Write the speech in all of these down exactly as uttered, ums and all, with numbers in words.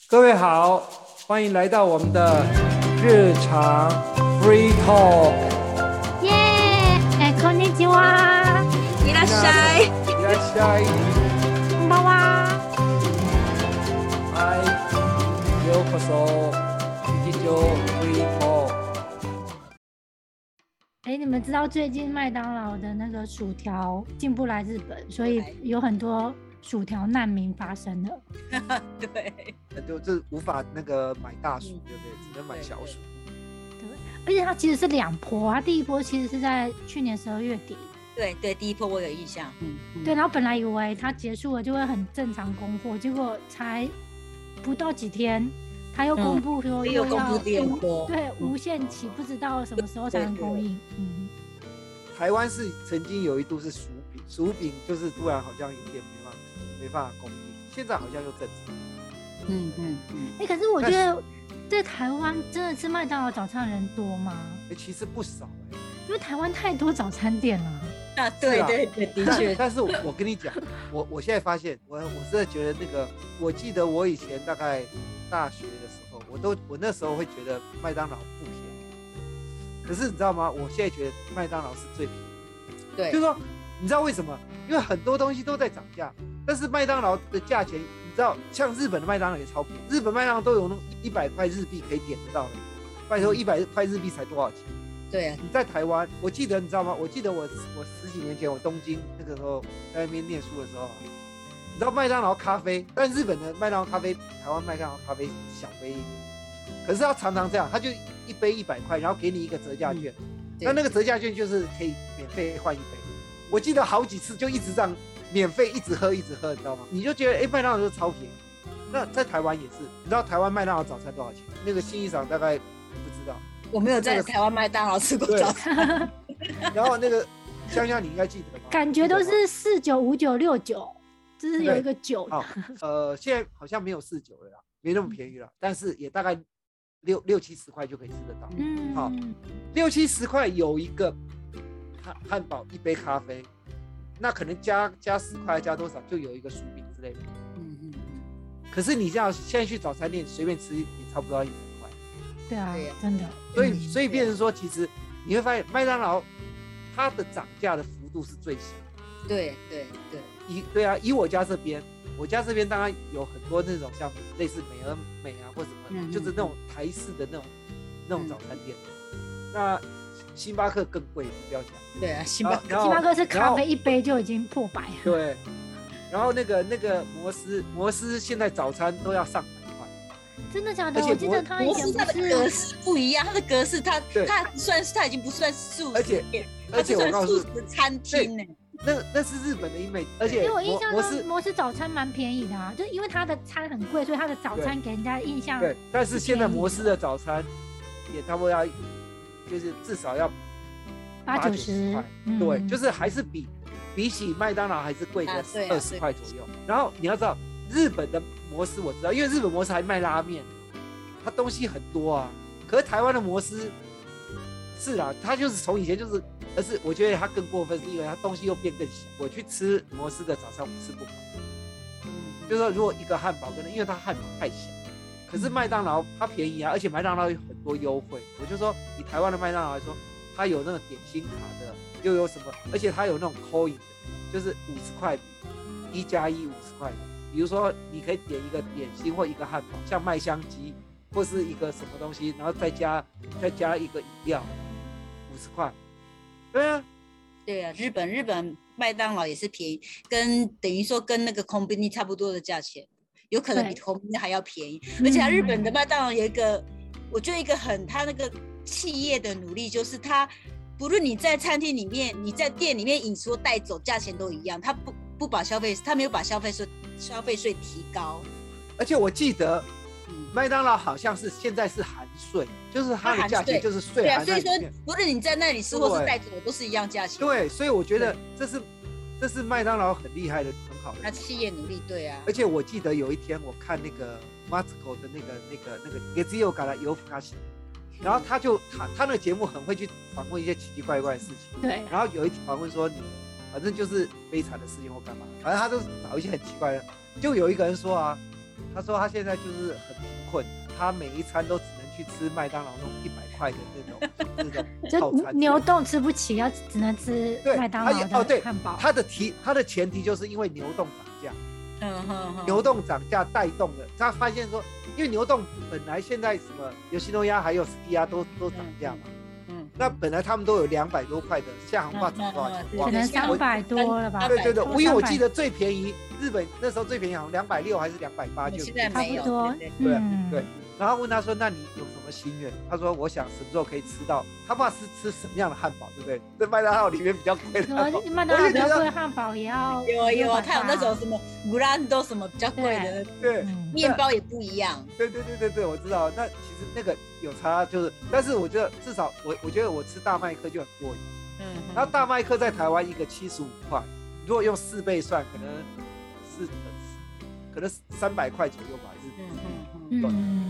各位好，欢迎来到我们的日常 free talk。 耶，哎，こんにちは。 いらっしゃい。 いらっしゃい。 こんばんは。 はい、ようこそ日常 free talk。 哎，你们知道最近麦当劳的那个薯条进不来日本，所以有很多薯条难民发生了。 对， 就就是无法那个买大薯，对不对？只能买小薯。 对，而且它其实是两波，它第一波其实是在去年十二月底。 对对，第一波我有印象。嗯，嗯对，然后本来以为它结束了就会很正常供货，结果才不到几天，他又公布说又又要公布第二波， 对，无限期，不知道什么时候才能供应。嗯， 台湾是曾经有一度是薯饼，薯饼就是突然好像有点没办法没办法供应，现在好像又正常。 嗯嗯嗯。 哎、可是我觉得在台湾真的吃麦当劳早餐的人多吗？ 哎、其实不少哎、 因为台湾太多早餐店了。 啊，对对对，的确。 但是我我跟你讲，我我现在发现，我我真的觉得那个，我记得我以前大概大学的时候，我都我那时候会觉得麦当劳不便宜，可是你知道吗？我现在觉得麦当劳是最便宜。 对， 就是说，你知道为什么？因为很多东西都在涨价，但是麦当劳的价钱，你知道，像日本的麦当劳也超便宜，日本麦当劳都有那一百块日币可以点得到的，拜托，一百块日币才多少钱？ 对啊， 你在台湾，我记得你知道吗？我记得我我十几年前我东京那个时候在那边念书的时候啊，你知道麦当劳咖啡，但日本的麦当劳咖啡比台湾麦当劳咖啡小杯一点，可是要常常这样，他就一杯一百块，然后给你一个折价券， 嗯、 那那个折价券就是可以免费换一杯。我记得好几次就一直这样免费一直喝一直喝，你知道吗？你就觉得哎、欸、麦当劳就超便宜。那在台湾也是，你知道台湾麦当劳早餐多少钱？那个新一场大概你不知道。 我没有在台湾麦当劳吃过早餐。 然后那个香香你应该记得吧？ 感觉都是四九五九六九，就是有一个九。 好，呃，现在好像没有四九了啦，没那么便宜了，但是也大概六六七十块就可以吃得到。 嗯， 好，六七十块有一个汉汉堡一杯咖啡，那可能加加十块加多少就有一个薯饼之类的。 嗯嗯嗯。 可是你这样现在去早餐店随便吃也差不多要一百块。 对啊， 对啊真的。 所以所以变成说，其实你会发现麦当劳它的涨价的幅度是最小。 对对对。 以对啊，以我家这边，我家这边当然有很多那种像类似美而美啊或什么，嗯、就是那种台式的那种那种早餐店。嗯、那星巴克更贵，不要讲。 对啊，星巴克星巴克是咖啡一杯就已经破百了。 对，然后那个那个摩斯摩斯现在早餐都要上百块。 真的假的？我记得他以前不是它的格式不一样，它的格式它它不算是它已经不算素食， 而且而且我告诉你，餐厅呢。 那那是日本的英美，而且因为我印象中摩斯摩斯早餐蛮便宜的啊，就因为它的餐很贵，所以它的早餐给人家印象对。但是现在摩斯的早餐也差不多要，就是至少要八九十块， 嗯、对，就是还是比比起麦当劳还是贵个二十块左右。啊、然后你要知道，日本的摩斯我知道，因为日本摩斯还卖拉面，它东西很多啊。可是台湾的摩斯是啊，它就是从以前就是。而是我觉得它更过分，是因为它东西又变更小。我去吃摩斯的早餐，我吃不饱。嗯，就是说如果一个汉堡跟因为它汉堡太小，可是麦当劳它便宜啊，而且麦当劳有很多优惠。我就说以台湾的麦当劳来说，它有那个点心卡的，又有什么，而且它有那种 coin 的，就是五十块一加一五十块的。比如说你可以点一个点心或一个汉堡，像麦香鸡或是一个什么东西，然后再加再加一个饮料，五十块。对啊， 对啊，日本日本麦当劳也是便宜，跟等于说跟那个コンビニ差不多的价钱，有可能比コンビニ还要便宜。而且日本的麦当劳有一个，我觉得一个很他那个企业的努力，就是他不论你在餐厅里面，你在店里面饮食带走，价钱都一样，他不不把消费，他没有把消费税消费税提高。 而且我记得。麦当劳好像是现在是含税，就是它的价钱就是税含在里面。 对啊，所以说无论你在那里吃或是带走，都是一样价钱。 对，所以我觉得这是这是麦当劳很厉害的，很好的。 他企业努力，对啊。 而且我记得有一天我看那个 Matsco 的那个那个那个 Getio 嘎啦尤夫卡西，然后他就他他那个节目很会去访问一些奇奇怪怪的事情。 对。 然后有一题访问说你反正就是悲惨的事情或干嘛，反正他都找一些很奇怪的。就有一个人说啊。 他说他现在就是很贫困，他每一餐都只能去吃麦当劳那种一百块的那种那种套餐， 牛冻吃不起，要只能吃麦当劳的汉堡。 他的提他的前提就是因为牛冻涨价， 嗯哼哼， 牛冻涨价带动了，他发现说，因为牛冻本来现在什么有西诺鸭还有斯基鸭都都涨价嘛。嗯，那本来他们都有两百多块的，下行话涨多少钱？ 可能三百多了吧？ 对对对，因为我记得最便宜，日本那时候最便宜好像两百六还是两百八，就差不多。 对对。然后问他说：“那你有什么心愿？”他说：“我想什么时候可以吃到？他怕是吃什么样的汉堡，对不对？在麦当劳里面比较贵的汉堡， 麦当劳比较贵的汉堡也要有有啊，他有那种什么古兰多什么比较贵的， 对， 面包也不一样。 对对对对对，我知道。那其实那个有差，就是，但是我觉得至少我我觉得我吃大麦克就很过瘾。嗯，然后大麦克在台湾一个七十五块，如果用四倍算，可能是可能三百块左右吧，还是嗯嗯嗯。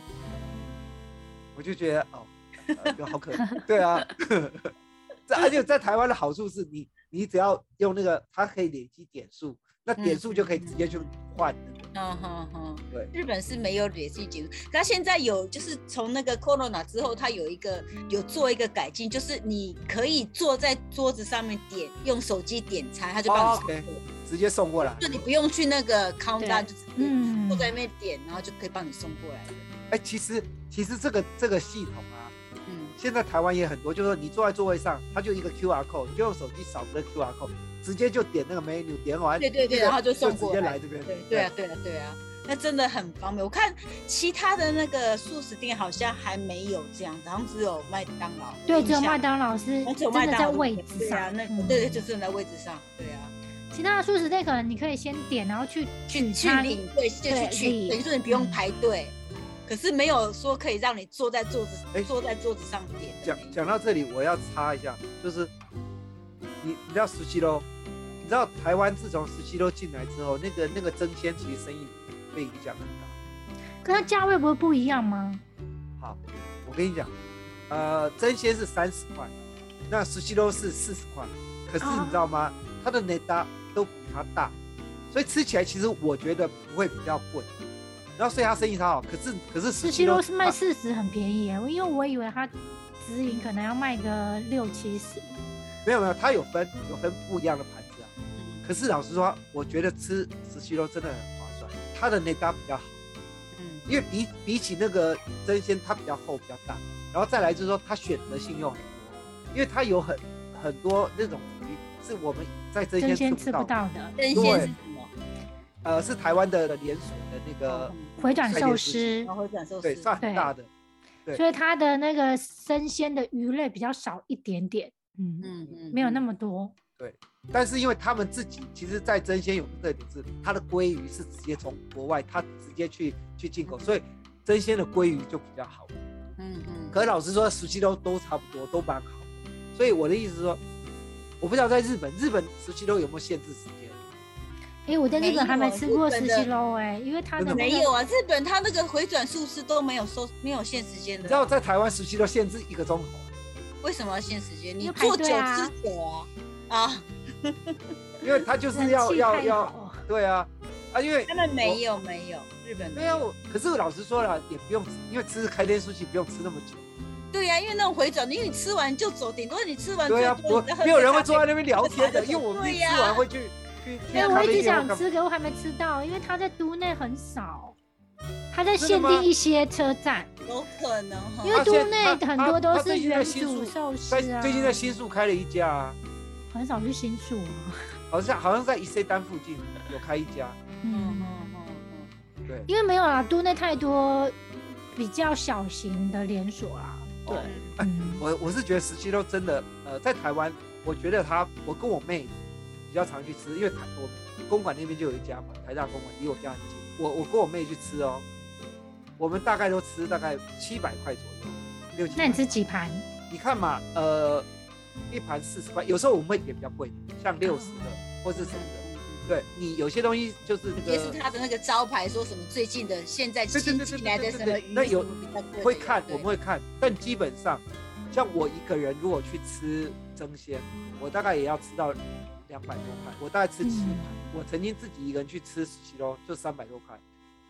我就觉得哦，呃、好可怜，对啊，这而且在台湾的好处是你，你只要用那个，它可以累积点数，那点数就可以直接去换那个。 嗯哼哼，对，日本是没有累积点数，可它现在有，就是从那个 Corona 之后，它有一个有做一个改进，就是你可以坐在桌子上面点，用手机点餐，它就帮你送过来、哦 okay, 直接送过来， 就你不用去那个 counter， 就嗯坐在那边点，然后就可以帮你送过来的。 哎、欸，其实其实这个这个系统啊，嗯，现在台湾也很多，就是说你坐在座位上，它就一个 Q R code， 你就用手机扫那个 Q R code， 直接就点那个 menu， 点完， 对对对，然后就送过来， 就直接来这边。 对对啊对啊对啊，那真的很方便。我看其他的那个素食店好像还没有这样子，好像只有麦当劳。 对，只有麦当劳是真的在位置上。 对啊，那对对，就真的在位置上。对啊。 其他的素食店可能你可以先点，然后去去去领，对，就去取，等于说你不用排队。可是没有说可以让你坐在桌子，欸、坐在桌子上点。 讲讲到这里，我要插一下，就是你你知道十七楼，你知道台湾自从十七楼进来之后，那个那个争鲜其实生意被影响很大。 可它价位不会不一样吗？ 好，我跟你讲，呃，争鲜是三十块，那十七楼是四十块。可是你知道吗？哦、它的内搭都比它大，所以吃起来其实我觉得不会比较贵。然后所以他生意超好，可是可是十七楼是卖四十，很便宜耶，因为我以为他直营可能要卖个六七十。 没有没有，他有分有分不一样的盘子啊。嗯、可是老实说，我觉得吃十七楼真的很划算，它的内搭比较好。嗯，因为比比起那个争鲜，它比较厚比较大，然后再来就是说它选择性又很多，因为它有很很多那种鱼是我们在争鲜吃不到的。 争鲜是什么？ 呃，是台湾的连锁的那个回转寿司， 回转寿司对，算很大的，对， 所以它的那个生鲜的鱼类比较少一点点，嗯嗯嗯，没有那么多。 对，但是因为他们自己其实，在争鲜有个特点是，它的鲑鱼是直接从国外，它直接去去进口，所以争鲜的鲑鱼就比较好。嗯嗯。可是老实说，十七楼都差不多，都蛮好。所以我的意思是说，我不知道在日本，日本十七楼有没有限制时间？ 哎、欸，我在日本还没吃过十七楼哎，因为它的、那個、 没有啊，日本它那个回转寿司都没有收，没有限时间的。 你知道在台湾十七楼限制一个钟头？ 为什么要限时间？你做久吃久啊啊！ 因为他就是要要要，对啊啊，因为他们没有没有日本没有，可是老实说了，也不用，因为吃开天酥鸡不用吃那么久。 对呀、啊，因为那种回转，因为你吃完就走，顶多你吃完对啊，不没有人会坐在那边聊天的，因为我们吃完会去。 因为我一直想吃，可我还没吃到，因为它在都内很少，它在限定一些车站， 有可能哈。 因为都内很多都是原主寿司啊。 最近在新宿开了一家啊， 很少去新宿啊。 好像好像在伊势丹附近有开一家。嗯嗯嗯，对。因为没有啦，都内太多比较小型的连锁啦。对， 嗯，我我是觉得十七楼真的，呃，在台湾，我觉得他，我跟我妹。比较常去吃，因为台我公馆那边就有一家嘛，台大公馆离我家很近。我我跟我妹去吃哦，我们大概都吃大概七百块左右，六七。 那你吃几盘？ 你看嘛，呃，一盘四十块，有时候我们会点比较贵的，像六十的、哦、或是什么的。对你有些东西就是那个， 也是他的那个招牌，说什么最近的现在新进来的什么鱼， 那有会看，我们会看，但基本上像我一个人如果去吃争鲜，我大概也要吃到两百多块，我大概吃七盘、嗯。我曾经自己一个人去吃十七楼，就三百多块。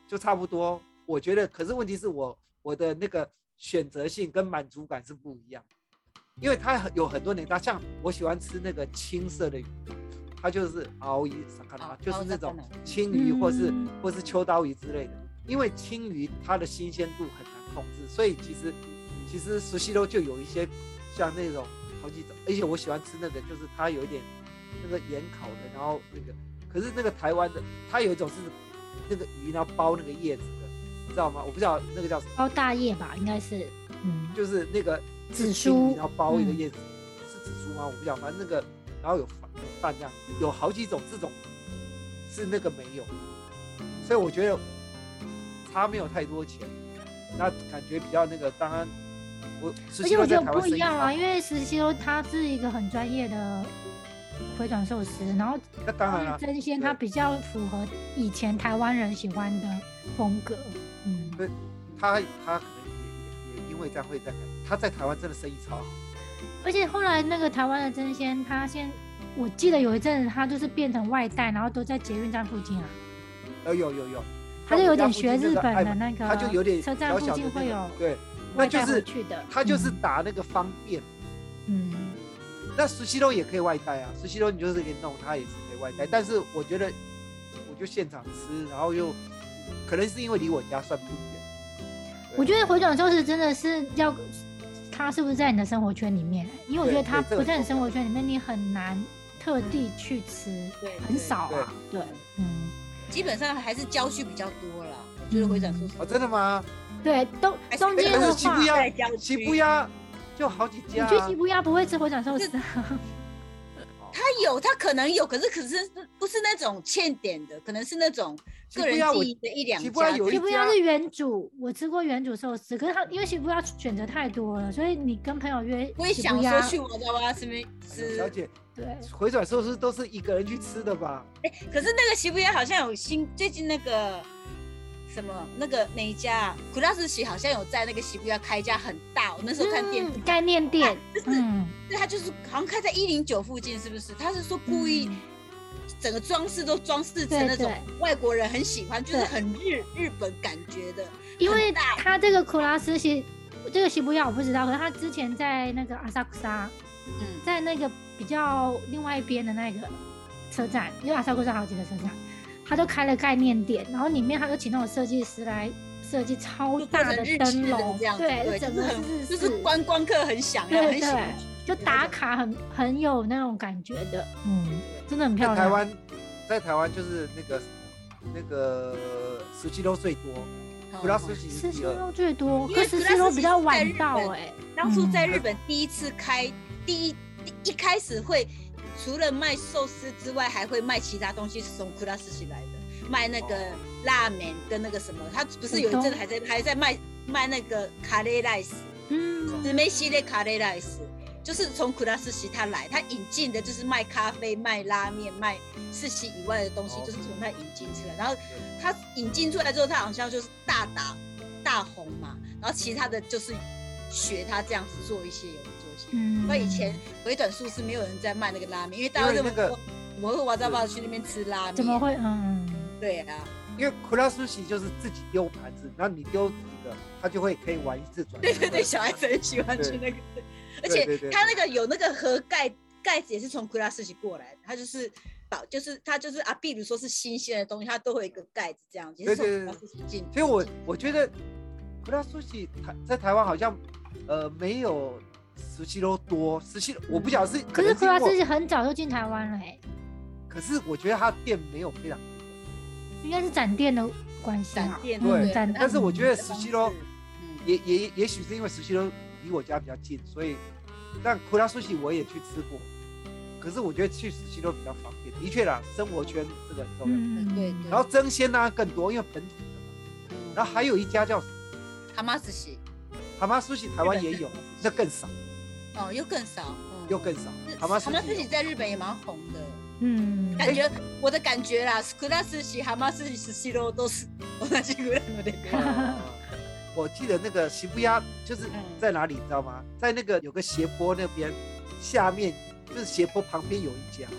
就差不多。我觉得，可是问题是我我的那个选择性跟满足感是不一样，因为它有很多年大，像我喜欢吃那个青色的鱼，它就是熬鱼，看到吗？就是那种青鱼或是、嗯、或是秋刀鱼之类的。因为青鱼它的新鲜度很难控制，所以其实其实寿司肉就有一些像那种好几种，而且我喜欢吃那个，就是它有一点那个盐烤的，然后那个，可是那个台湾的它有一种是那个鱼然后包那个叶子的，你知道吗？我不知道那个叫什么， 包大叶吧，应该是，嗯， 就是那个紫苏， 然后包一个叶子，嗯、是紫苏吗？我不知道，反正那个然后有饭有饭这样，有好几种这种是那个没有，所以我觉得。他没有太多钱，那感觉比较那个。当然，我而且我觉得不一样啊，因为实习肉它是一个很专业的回转寿司，然后那当然了， 真鲜它比较符合以前台湾人喜欢的风格。嗯， 对，他他可能也也因为这样会在改，他在台湾真的生意超好。 而且后来那个台湾的真鲜，他现我记得有一阵子他就是变成外带，然后都在捷运站附近啊。 有有有有。 他就有点学日本的那个， 他就有点车站附近会有对，那就是他就是打那个方便。嗯，那寿司肉也可以外带啊，寿司肉你就是可以弄，它也是可以外带。但是我觉得，我就现场吃，然后又可能是因为离我家算不远。 我觉得回转寿司真的是要，它是不是在你的生活圈里面？因为我觉得它不在你生活圈里面，你很难特地去吃， 对， 很少啊，对，嗯。 基本上还是郊区比较多啦，我觉得回转寿司。 哦，真的吗？ 对，东东京的话， 西布亚，西布亚就好几家、啊。 你去西布亚不会吃回转寿司？ 他有，他可能有，可是可是不是那种欠点的，可能是那种个人记忆的一两家。 西布亚是原主，我吃过原主寿司，可是他因为西布亚选择太多了，所以你跟朋友约， 我也想说去我家哇吃没吃。 小姐， 对， 回转寿司都是一个人去吃的吧？ 哎、欸，可是那个西布亚好像有新最近那个什么那个哪一家库拉斯奇好像有在那个西布亚开一家很大，我那时候看电视、 嗯、概念店， 就是、嗯，对，他就是好像开在一零九附近，是不是？他是说故意整个装饰都装饰成那种外国人很喜欢，就是很日日本感觉的。 因为他这个库拉斯奇，这个西布亚我不知道，可是他之前在那个阿萨库萨，嗯，在那个比较另外一边的那个车站，因为阿萨库萨好几个车站。他都开了概念店，然后里面他就请那种设计师来设计超大的灯笼，对，整个是就是观光客很想要，很喜欢， 就打卡很很有那种感觉的，嗯，真的很漂亮。 在台湾，在台湾就是那个那个寿司肉最多，库拉斯奇是第二， 寿司肉最多，可是寿司肉比较晚到哎、欸。 当初在日本第一次开，第一一开始会。除了卖寿司之外，还会卖其他东西，是从库拉斯奇来的，卖那个拉面跟那个什么，他不是有一阵子还在还在卖卖那个卡雷莱斯，嗯，紫梅系列卡雷莱斯，就是从库拉斯奇他来，他引进的就是卖咖啡、卖拉面、卖寿司以外的东西，就是从他引进出来。然后他引进出来之后，他好像就是大打大红嘛，然后其他的就是学他这样子做一些有。嗯，那以前回转寿司没有人在卖那个拉面，因为大家认为说我会娃扎巴去那边吃拉面， 怎么会？嗯， 对啊， 因为库拉斯奇就是自己丢盘子，然后你丢几个，他就会可以玩一次转。 对对对，小孩子很喜欢去那个，而且他那个有那个盒盖盖子也是从库拉斯奇过来的，他就是保，就是他就是啊，比如说是新鲜的东西，他都会有一个盖子这样，也是从库拉斯奇进。 所以我我觉得库拉斯奇在台湾好像呃没有。寿司肉多，寿司我不晓得是， 可是库拉斯奇很早就进台湾了哎、欸。 可是我觉得他店没有非常， 应该是展店的关系啊。 对，嗯、但是我觉得寿司肉也也也许是因为寿司肉离我家比较近，所以但库拉斯奇我也去吃过。可是我觉得去寿司肉比较方便，的确啦，生活圈这个很重要。 嗯对对。 然后蒸鲜呢更多，因为本土的嘛。嗯、然后还有一家叫蛤蟆寿司， 蛤蟆寿司台湾也有，那更少。 哦，又更少，嗯、 又更少。蛤蟆寿司在日本也蛮红的， 嗯， 感觉、欸、我的感觉啦，库拉寿司、蛤蟆寿司、寿司肉都是同じぐらいのレベル。 我记得那个西布亚就是在哪里，你知道吗？在那个有个斜坡那边，下面就是斜坡旁边有一家，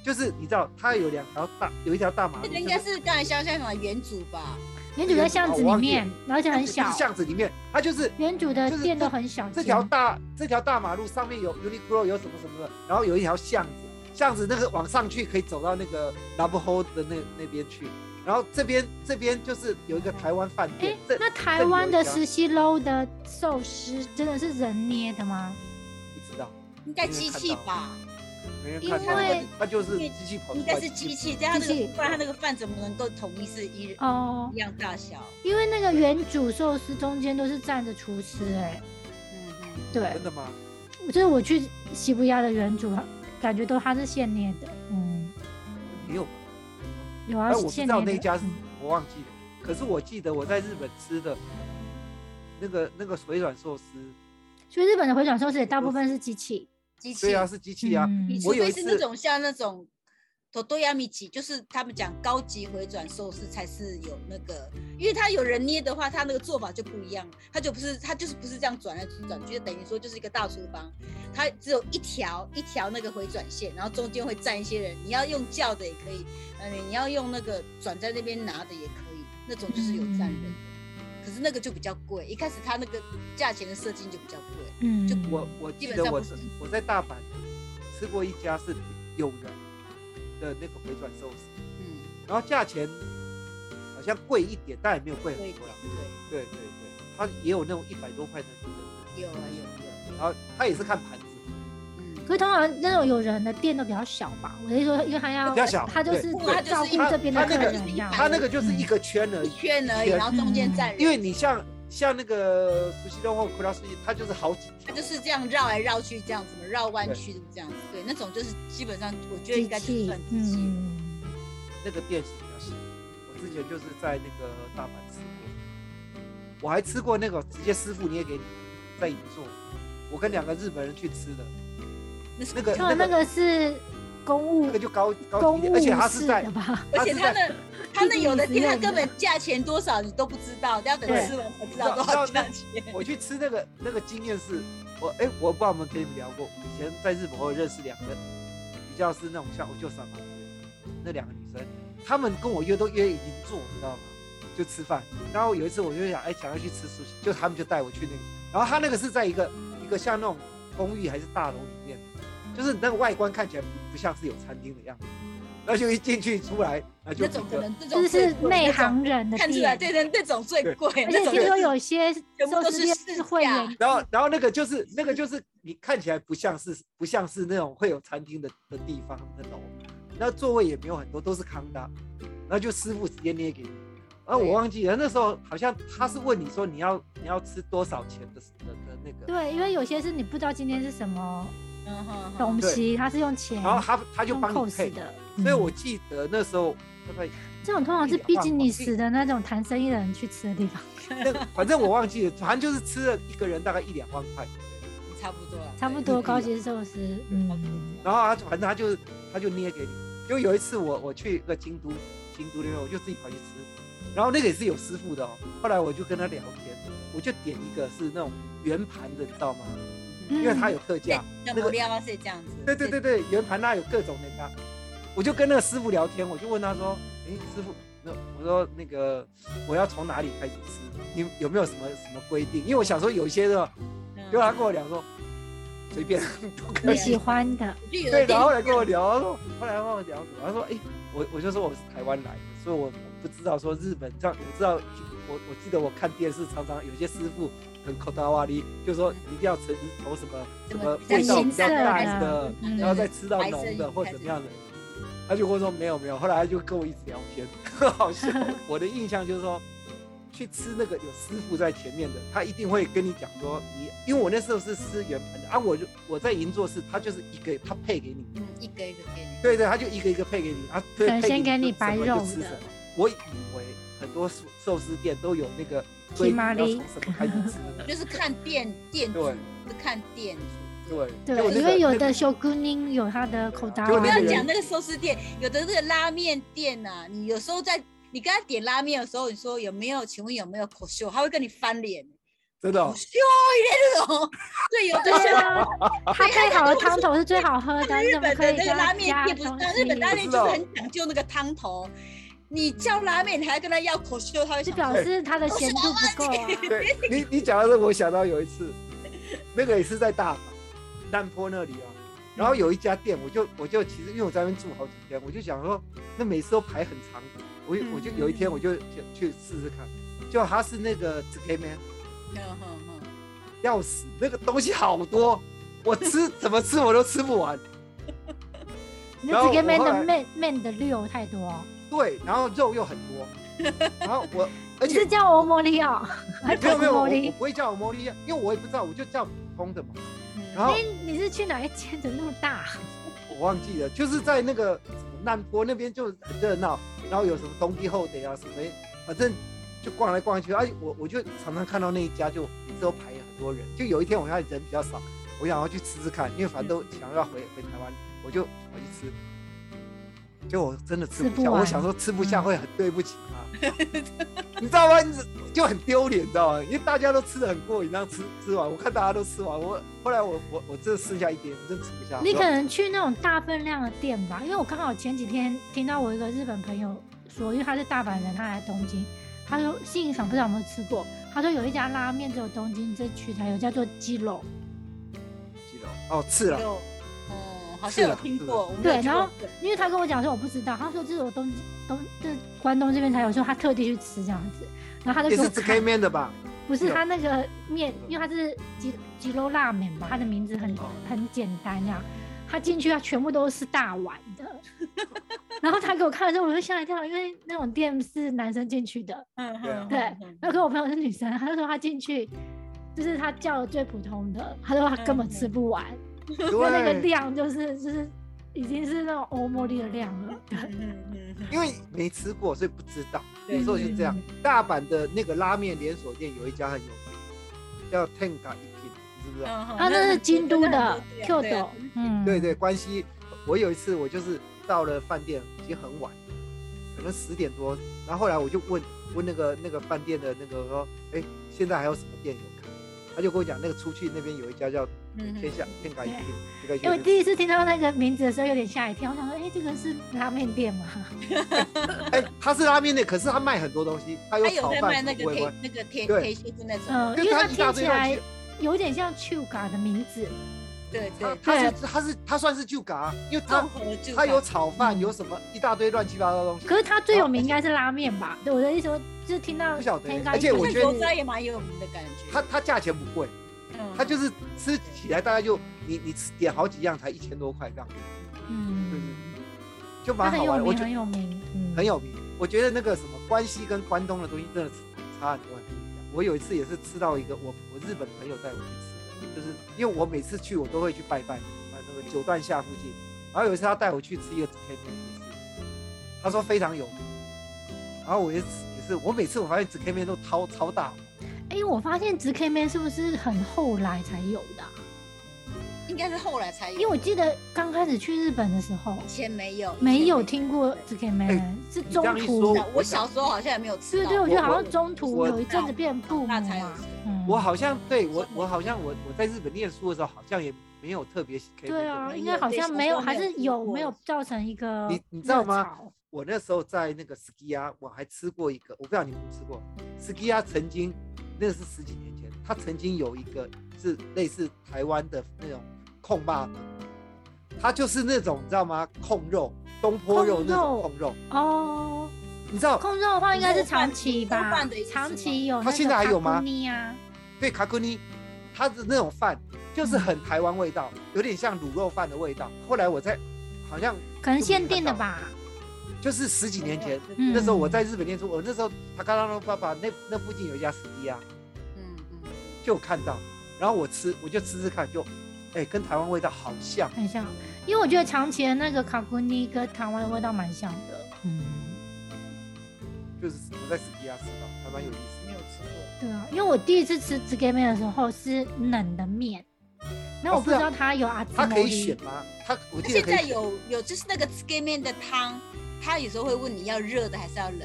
就是你知道它有两条大，有一条大马路， 这个应该是刚才香香什么原主吧？ 原主在巷子里面，而且很小。 巷子里面，它就是原主的店都很小。 这条大这条大马路上面有 Uniqlo 有什么什么的，然后有一条巷子，巷子那个往上去可以走到那个 Love Hole 的那那边去。然后这边这边就是有一个台湾饭店。 哎，那台湾的实习楼的寿司真的是人捏的吗？ 不知道， 应该机器吧。 没人看到，因为它就是机器跑出来， 应该是机器，这样那个不然它那个饭怎么能够统一是一哦一样大小？ 因为那个原主寿司中间都是站着厨师哎、欸， 嗯嗯， 对， 真的吗？ 就是我去西布亚的原主，感觉都它是现捏的，嗯， 没有， 有啊， 哎，我不知道那家是、 嗯、 我忘记了，可是我记得我在日本吃的那个那个回转寿司， 所以日本的回转寿司也大部分是机器。 机器对啊，是机器啊。 嗯、 你除非是那种像那种Totoyami就是他们讲高级回转寿司才是有那个，因为他有人捏的话，他那个做法就不一样，他就不是他就是不是这样转来转去，就等于说就是一个大厨房，它只有一条一条那个回转线，然后中间会站一些人，你要用叫的也可以，呃，你要用那个转在那边拿的也可以，那种就是有站人的。嗯，可是那个就比较贵，一开始它那个价钱的设计就比较贵。 嗯， 就我我记得我我在大阪吃过一家是有人的那个回转寿司，嗯，然后价钱好像贵一点，但也没有贵很多啦。对对对对，它也有那种一百多块的。 有啊有有。 然后它也是看盘子。 嗯，可是通常那种有人的店都比较小吧？我是说，因为他要比较小， 他就是照顾这边的客人一样。 他那个就是一个圈而已， 一圈而已，然后中间站人。 因为你像像那个熟悉肉或库拉斯，它就是好几条， 它就是这样绕来绕去，这样子嘛，绕弯曲这样子。对，那种就是基本上，我觉得应该就是算机器。 嗯， 那个店是比较小。我之前就是在那个大阪吃过，我还吃过那个直接师傅捏给你在银座，我跟两个日本人去吃的。那个那个那个是公务， 那个就高高级一点，而且他是在， 而且他的他那有的店，他根本价钱多少你都不知道，要等吃完才知道多少价钱。 我去吃那个那个经验是，我哎、欸，我不知道我们跟你们聊过，以前在日本我有认识两个比较是那种像我舅妈嘛，那两个女生，她们跟我约都约银座，你知道吗？就吃饭。然后有一次我就想，哎、欸，想要去吃寿司，就他们就带我去那个，然后他那个是在一个一个像那种公寓还是大楼里面。就是那个外观看起来 不, 不像是有餐厅的样子，然后就一进去出来，那就那种可能这种就是内行人的看出来，对对，那种最贵， 而且听说有些全部都是市会员。 然后然后那个就是那个就是你看起来不像是不像是那种会有餐厅的的地方的楼，那座位也没有很多，都是康达，然后就师傅直接捏给你。然后我忘记了那时候好像他是问你说你要你要吃多少钱的的的那个。 对，因为有些是你不知道今天是什么。东西他是用钱， 然后他他就帮你配的， 所以我记得那时候大概这种通常是比基尼斯的那种谈生意的人去吃的地方。 那反正我忘记了，反正就是吃了一个人大概一两万块， 差不多， 差不多高级寿司。嗯， 然后他反正他就他就捏给你。就有一次我我去个京都京都那边，我就自己跑去吃，然后那个也是有师傅的哦。后来我就跟他聊天，我就点一个是那种圆盘的，你知道吗？因为它有特价， 那个料是这样子。 对对对对，圆盘它有各种那个，我就跟那个师傅聊天，我就问他说：“哎，师傅，那我说那个我要从哪里开始吃？你有没有什么什么规定？因为我想说有一些的，结果他跟我聊说随便都可以， 你喜欢的。 对，然后后来跟我聊，后来跟我聊，他说：哎，我我就说我是台湾来的，所以我我不知道说日本这样，我知道我我记得我看电视常常有些师傅。”很口大瓦力，就是说你一定要从从什么什么味道比较淡的，然后再吃到浓的或怎么样的。他就跟我说没有没有，后来他就跟我一直聊天，很好笑。我的印象就是说，去吃那个有师傅在前面的，他一定会跟你讲说你，因为我那时候是吃圆盘的啊，我就我在银座是，他就是一个他配给你， 嗯，一个一个给你， 对对，他就一个一个配给你，啊， 对，先给你白肉的。 我以为很多寿司店都有那个。所以你要从什么开始吃？ 就是看店店主，是看店主。 对对，因为有的修姑宁有他的口袋。 不要讲那个寿司店，有的那个拉面店呐、啊，你有时候在你跟他点拉面的时候，你说有没有？请问有没有口秀？他会跟你翻脸。 真的、哦。 秀一那种，对，有的时候它配好的汤头是最好喝的。 日本的那个拉面店不是，日本拉面就是哦很讲究那个汤头。你叫拉面，你还跟他要口秀，他会就表示他的咸度不够啊。 对，你你讲到这，我想到有一次，那个也是在大阪难波那里啊。然后有一家店，我就我就其实因为我在那边住好几天，我就想说，那每次都排很长，我我就有一天我就去试试看，就它是那个 tsukemen， 要死，那个东西好多，我吃怎么吃我都吃不完。 那 tsukemen 的面面的料太多。 对，然后肉又很多，然后我而且你是叫欧莫利哦？ 没有没有，我我不会叫欧莫利，因为我也不知道，我就叫普通的嘛。然后你是去哪一间的那么大？ 我忘记了，就是在那个难波那边就很热闹，然后有什么东西后得啊什么，反正就逛来逛去。哎、啊，我我就常常看到那一家就每次都排很多人。就有一天我看人比较少，我想要去吃吃看，因为反正都想要回回台湾，我就跑去吃。就我真的吃不下，我想说吃不下会很对不起他，你知道吗？就很丢脸，你知道吗？因为大家都吃得很过瘾，这样吃吃完，我看大家都吃完，我后来我我我真的剩下一点，我真的吃不下。 你可能去那种大分量的店吧，因为我刚好前几天听到我一个日本朋友说，因为他是大阪人，他来东京，他说信义场不知道有没有吃过，他说有一家拉面只有东京这区才有，叫做鸡肉。 鸡肉哦，吃了。 好像有听过， 对，然后因为他跟我讲说我不知道，他说这是我东东这关东这边才有，说他特地去吃这样子，然后他就说也是 tsukemen 面的吧？ 不是，他那个面，因为他是鸡鸡肉拉面吧，他的名字很很简单这样，他进去他全部都是大碗的，然后他给我看的时候我就吓一跳，因为那种店是男生进去的，嗯嗯，对，然后跟我朋友是女生，他就说他进去就是他叫的最普通的，他说他根本吃不完。那那个量就是就是已经是那种欧莫利的量了， 因为没吃过所以不知道，有时候就这样。大阪的那个拉面连锁店有一家很有名，叫 Tenga 一品，你知不知道？ 啊，那是京都的 Q 的， 嗯，对对，关西。我有一次我就是到了饭店已经很晚，可能十点多，然后后来我就问问那个那个饭店的那个说，哎，现在还有什么店有开？他就跟我讲，那个出去那边有一家叫天下天改一品， 因为第一次听到那个名字的时候有点吓一跳，我想说，哎、欸，这个是拉面店吗？ 哎、欸，它是拉面店，可是它卖很多东西，它有炒饭、 那个铁那个铁铁靴子那种， 嗯，因为它听起来有点像 Chuga 的名字。 对对， 它是它是它算是 Chuga， 因为它它有炒饭，有什么一大堆乱七八糟的东西。 可是它最有名应该是拉面吧？对，我的意思说，就是听到不晓得，而且我觉得油渣也蛮有名的感觉。 它它价钱不贵。它就是吃起来大概就你你点好几样才一千多块这样，嗯，就是就蛮好玩的。我觉得很有名，嗯， 很有名。我觉得那个什么关西跟关东的东西真的差很多很不一样。我有一次也是吃到一个我我日本朋友带我去吃的，就是因为我每次去我都会去拜拜，那个九段下附近。然后有一次他带我去吃一个 tsukemen 也是，他说非常有名。然后我也也是，我每次我发现 tsukemen 都超超大。 哎、欸，我发现 tsukemen 是不是很后来才有的、啊？ 应该是后来才有， 因为我记得刚开始去日本的时候， 以前没有， 没有听过 tsukemen，、欸、是中途。 我小时候好像也没有吃到。 对对，我觉得好像中途有一阵子变布嘛。 嗯、我好像对我我好像我我在日本念书的时候好像也没有特别。 对啊，应该好像没有，还是有没有造成一个你你知道吗？我那时候在那个 Skiya， 我还吃过一个，我不知道你们有没有吃过 Skiya， 曾经。那个是十几年前，他曾经有一个是类似台湾的那种控霸，他就是那种你知道吗？控肉，东坡肉那种控肉哦。你知道控肉的话应该是长崎吧？长崎有， 他现在还有吗？ 啊、 对，卡库尼，他的那种饭就是很台湾味道，有点像卤肉饭的味道。后来我在好像可能限定的吧。 就是十几年前，嗯、那时候我在日本念书，我那时候他刚刚爸爸那那附近有一家 Skiya， 嗯嗯，就有看到，然后我吃我就吃吃看，就，哎、欸，跟台湾味道好像， 很像，因为我觉得长崎的那个卡库尼跟台湾的味道蛮像的，嗯， 就是我在 Skiya吃到，还蛮有意思， 没有吃过， 对啊，因为我第一次吃 tsukemen 的时候是冷的面。那我不知道它有阿兹莫利， 它可以选吗？它我记得现在有有就是那个 tsukemen 的汤，他有时候会问你要热的还是要冷的。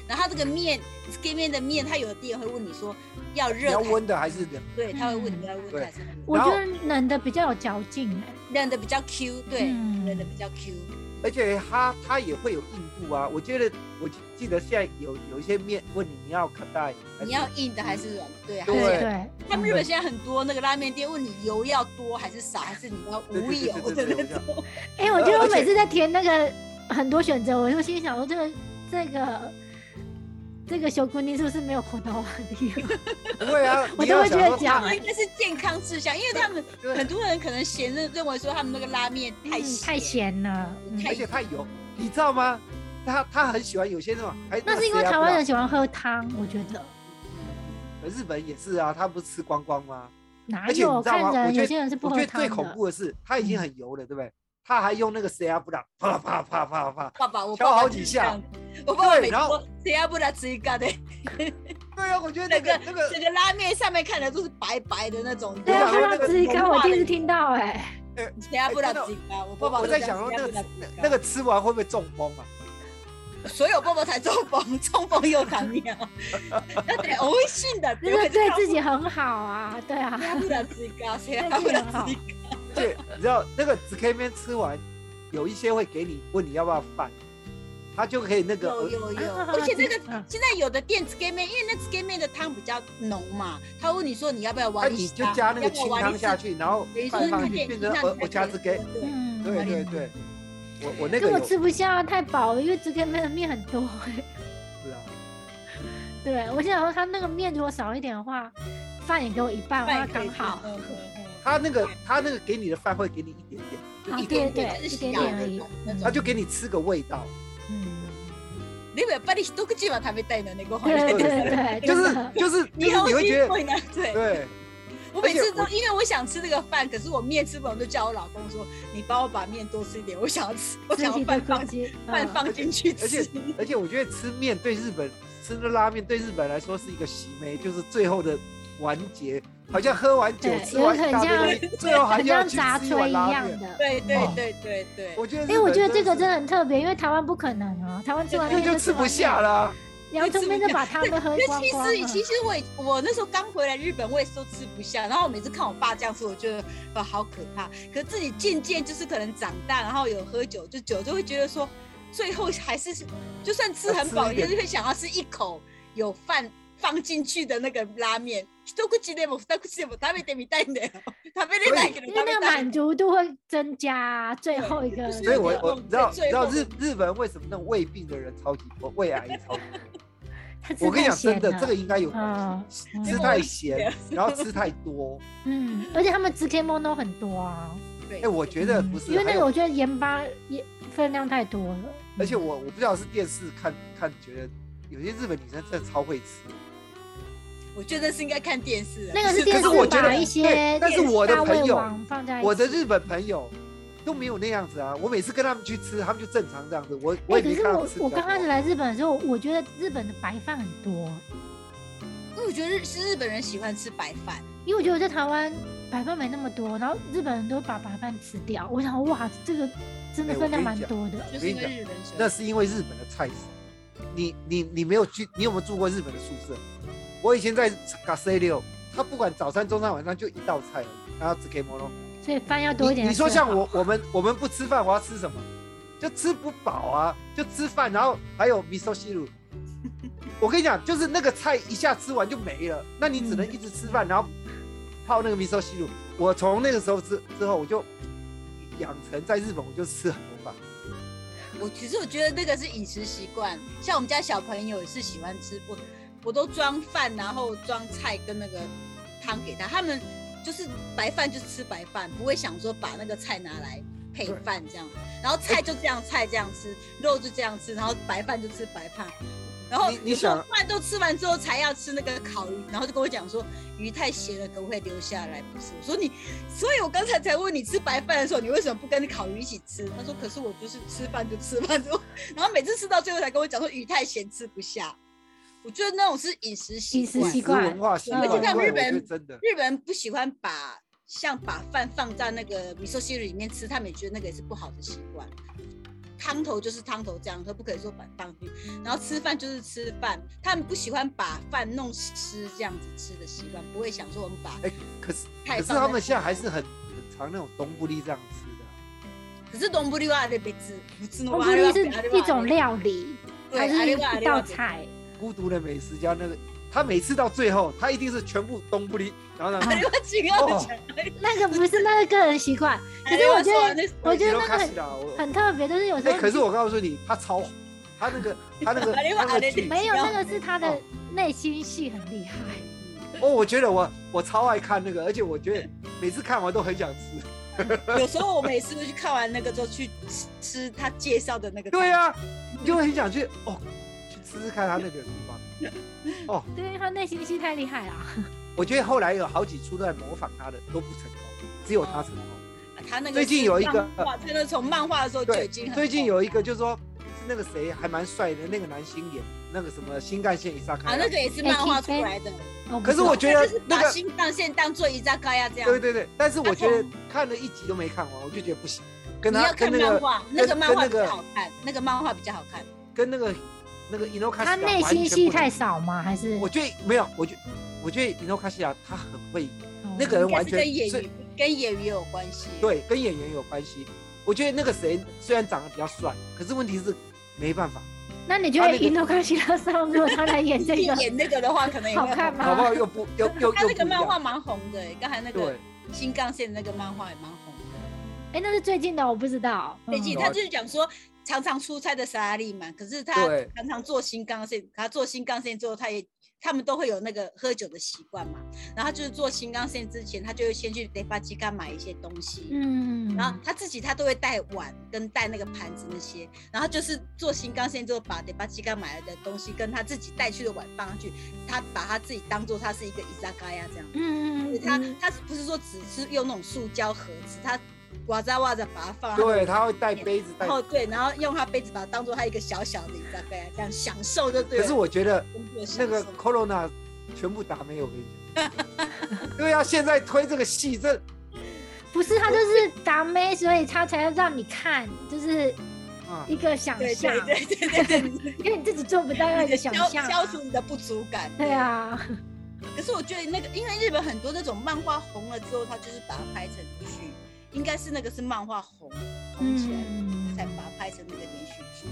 然后它这个面 S K 面的面，它有的店会问你说要热要温的还是冷？ 对，他会问你要温的还是冷的。 我觉得冷的比较有嚼劲哎， 冷的比较 Q， 对， 嗯、 冷的比较 Q。 而且它它也会有硬度啊，我觉得我记得现在有有一些面问你你要卡带， 你要硬的还是软的？对啊， 对对。 他们日本现在很多那个拉面店问你油要多还是少，还是你要无油的那种。 哎，我觉得我每次在填那个很多选择，我就心想说这个这个这个小姑娘是不是没有口头啊？ 不会啊， 我都会觉得讲应该是健康志向，因为他们很多人可能嫌认认为说他们那个拉面太咸、嗯、 太咸了， 嗯、而且太油，你知道吗？他他很喜欢有些那种， 那是因为台湾人喜欢喝汤，我觉得。 日本也是啊，他不是吃光光吗？ 哪有？看人，有些人是不喝汤的。 我觉得最恐怖的是，他已经很油了，对不对？他还用那个谁啊不啦，啪啪啪啪啪， 爸爸我敲好几下， 我爸爸每次说谁啊不啦吃一个的。 对啊，我觉得那个那个整个拉面上面看的都是白白的那种。 对啊，不啦吃一个，我第一次听到哎。 谁啊不啦吃一个，我爸爸我在想说那个那个吃完会不会中风啊？ 所有爸爸才中风，中风有糖尿，那得微信的， 那个对自己很好啊，对啊。 谁不能吃高，谁不能吃高。 对，你知道那个紫 K 面吃完，有一些会给你问你要不要饭，他就可以那个。 有有有，而且那个现在有的店紫 K 面，因为那紫 K 面的汤比较浓嘛，他问你说你要不要瓦里斯， 那你就加那个清汤下去，然后饭放进去变成我我加紫 K， 嗯， 对对对。我我那个我吃不下太饱了，因为紫 K 面的面很多哎、欸。 是啊。 对，我想说他那个面如果少一点的话，饭也给我一半的话刚好。 他那个他那个给你的饭会给你一点点， 就一点点，一点点而已。 他就给你吃个味道。 嗯。 你やっぱり一口は食べたいのねご飯。 对对对， 就是就是你会觉得对。 对。 我每次都因为我想吃这个饭，可是我面吃不完，就叫我老公说：“你帮我把面多吃一点，我想要吃，我想要饭放进饭放进去吃。” 而且而且我觉得吃面对日本吃的拉面对日本来说是一个喜梅，就是最后的完结，好像喝完酒吃完一大堆东西，最后还要去吃一碗拉面。 对对对对对， 我觉得因为我觉得这个真的很特别，因为台湾不可能啊，台湾吃完面就吃不下了。 洋葱面就把他们喝光光了。 其实其实我我那时候刚回来日本，我也说吃不下。然后我每次看我爸这样吃，我觉得啊好可怕。可是自己渐渐就是可能长大，然后有喝酒，就酒就会觉得说，最后还是就算吃很饱，也是会想要吃一口有饭放进去的那个拉面。一口でも二口でも食べてみたいんだよ。食べれないけど因为那个满足度会增加最后一个。 所以我我知道知道日日本为什么那种胃病的人超级多，胃癌超级多。我跟你讲，真的，这个应该有关系。嗯、吃太咸，然后吃太多。 嗯，而且他们紫 K 梦都很多啊。 哎、欸，我觉得不是， 因为那个我觉得盐巴也分量太多了。 而且我我不知道是电视看看觉得有些日本女生真的超会吃。 我觉得是应该看电视。 那个是电视把一些但是我的朋友放在我的日本朋友。都没有那样子啊！我每次跟他们去吃，他们就正常这样子。我我也没看到吃。 我刚开始来日本的时候，我觉得日本的白饭很多。 因为我觉得日是日本人喜欢吃白饭， 因为我觉得在台湾白饭没那么多，然后日本人都把白饭吃掉。我想哇，这个真的分量蛮多的。 就是因为日本那是因为日本的菜式。你你你没有去，你有没有住过日本的宿舍？我以前在嘎塞六，他不管早餐、中餐、晚上就一道菜而已，然后只给摩罗。 所以饭要多一点。 你, 你说像我我们我们不吃饭，我要吃什么？就吃不饱啊，就吃饭，然后还有味噌汁。我跟你讲，就是那个菜一下吃完就没了，那你只能一直吃饭，然后泡那个味噌汁。我从那个时候之之后，我就养成在日本我就吃很多饭。 我其实我觉得那个是饮食习惯，像我们家小朋友也是喜欢吃，我我都装饭，然后装菜跟那个汤给他，他们。就是白饭就吃白饭，不会想说把那个菜拿来配饭这样，然后菜就这样菜这样吃，肉就这样吃，然后白饭就吃白饭，然后你说饭都吃完之后才要吃那个烤鱼，然后就跟我讲说鱼太咸了，可不可以留下来？不是，我说你，所以我刚才才问你吃白饭的时候，你为什么不跟烤鱼一起吃？他说可是我就是吃饭就吃饭之后，然后每次吃到最后才跟我讲说鱼太咸吃不下。我觉得那种是饮食习惯、 习惯文化习惯， 而且他们日本人真的， 日本人不喜欢把像把饭放在那个味噌汁里面吃，他们也觉得那个也是不好的习惯。 汤头就是汤头这样，可不可以说把放进去？然后吃饭就是吃饭，他们不喜欢把饭弄湿这样子吃的习惯，不会想说我们把哎、 欸，可是可是他们现在还是很很常那种东布利这样吃的、 啊。可是东布利话得别吃，不吃东布利是一种料理，它是一道菜。 孤独的美食家那个。他每次到最后，他一定是全部东不离，然后呢？ 哦、 那个不是那个个人习惯，可是我觉得，我觉得那个很很特别，就是有时候、 欸。可是我告诉你，他超，他那个他那个那个没有，那个是他的内心戏很厉害。 哦，我觉得我我超爱看那个，而且我觉得每次看完都很想吃。 有时候我每次都去看完那个之后去吃吃他介绍的那个。 对啊，你就很想去哦，去吃吃看他那个地方。 哦，对，他内心戏太厉害了。 我觉得后来有好几出都在模仿他的，都不成功，只有他成功。 哦、他那个最近有一个， 哇，真的从漫画的时候就已经很。 最近有一个就是说，是那个谁还蛮帅的那个男星演那个什么新干线伊萨卡。 啊，那个也是漫画出来的。 可是我觉得那个把新干线当做伊萨卡呀这样。 对对对，但是我觉得看了一集都没看完，我就觉得不行。跟他你要看漫画，那个漫画比较好看，那个漫画比较好看。 跟那个。那个伊诺卡西亚， 他内心戏太少吗？还是我觉得没有，我觉我觉得伊诺卡西亚他很会演，哦、那个人完全跟演员跟演员有关系。 对，跟演员有关系。我觉得那个谁虽然长得比较帅，可是问题是没办法。 那你觉得伊诺卡西亚上如果他来演这个， 演那个的话，可能也好看吗？ 好不好？又不又又他那个漫画蛮红的，刚才那个新干线那个漫画也蛮红的。 哎，那是最近的，我不知道。 最近他就是讲说。常常出差的萨拉利曼，可是他常常坐新干线。他坐新干线之后，他也他们都会有那个喝酒的习惯嘛。然后就是坐新干线之前，他就会先去德巴基干买一些东西。嗯。然后他自己他都会带碗跟带那个盘子那些。然后就是坐新干线之后，把德巴基干买来的东西跟他自己带去的碗放上去，他把他自己当做他是一个伊扎嘎呀这样。嗯嗯。他他不是说只是用那种塑胶盒子，他。哇喳哇喳把它放， 对，他会带杯子， 然后对，然后用他杯子把它当做他一个小小的大概这样享受就对了。 可是我觉得那个 Corona 全部打没有，我跟你讲，对啊，现在推这个戏，这不是他就是打没，所以他才要让你看，就是一个想象， 对对对对对， 因为你自己做不到，要一个想象， 消除你的不足感。 对啊。 可是我觉得那个，因为日本很多那种漫画红了之后，他就是把它拍成剧。应该是那个是漫画红红起来，嗯、才把它拍成那个连续剧。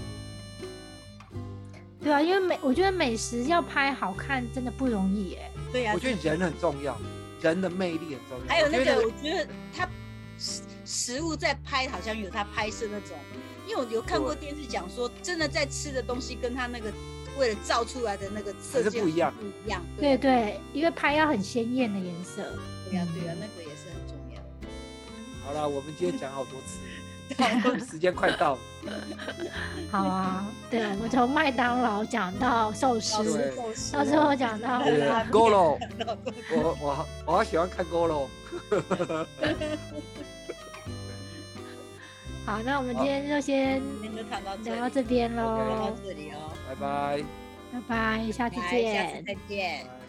对啊，因为美，我觉得美食要拍好看真的不容易哎。 对啊， 我觉得人很重要，人的魅力很重要。 还有那个，我觉得他食物在拍，好像有他拍摄那种，因为我有看过电视讲说，真的在吃的东西跟他那个为了造出来的那个色系不一样， 不一样。 对 对, 对，因为拍要很鲜艳的颜色。 对啊对啊，那个也是很重要。 好了，我们今天讲好多次，时间快到了。 好啊，对，我们从麦当劳讲到寿司，到最后讲到 Goro， 我我我好喜欢看 Goro。 好，那我们今天就先聊到这边喽， 聊到这里哦， 拜拜， 拜拜，下次见， 下次再见。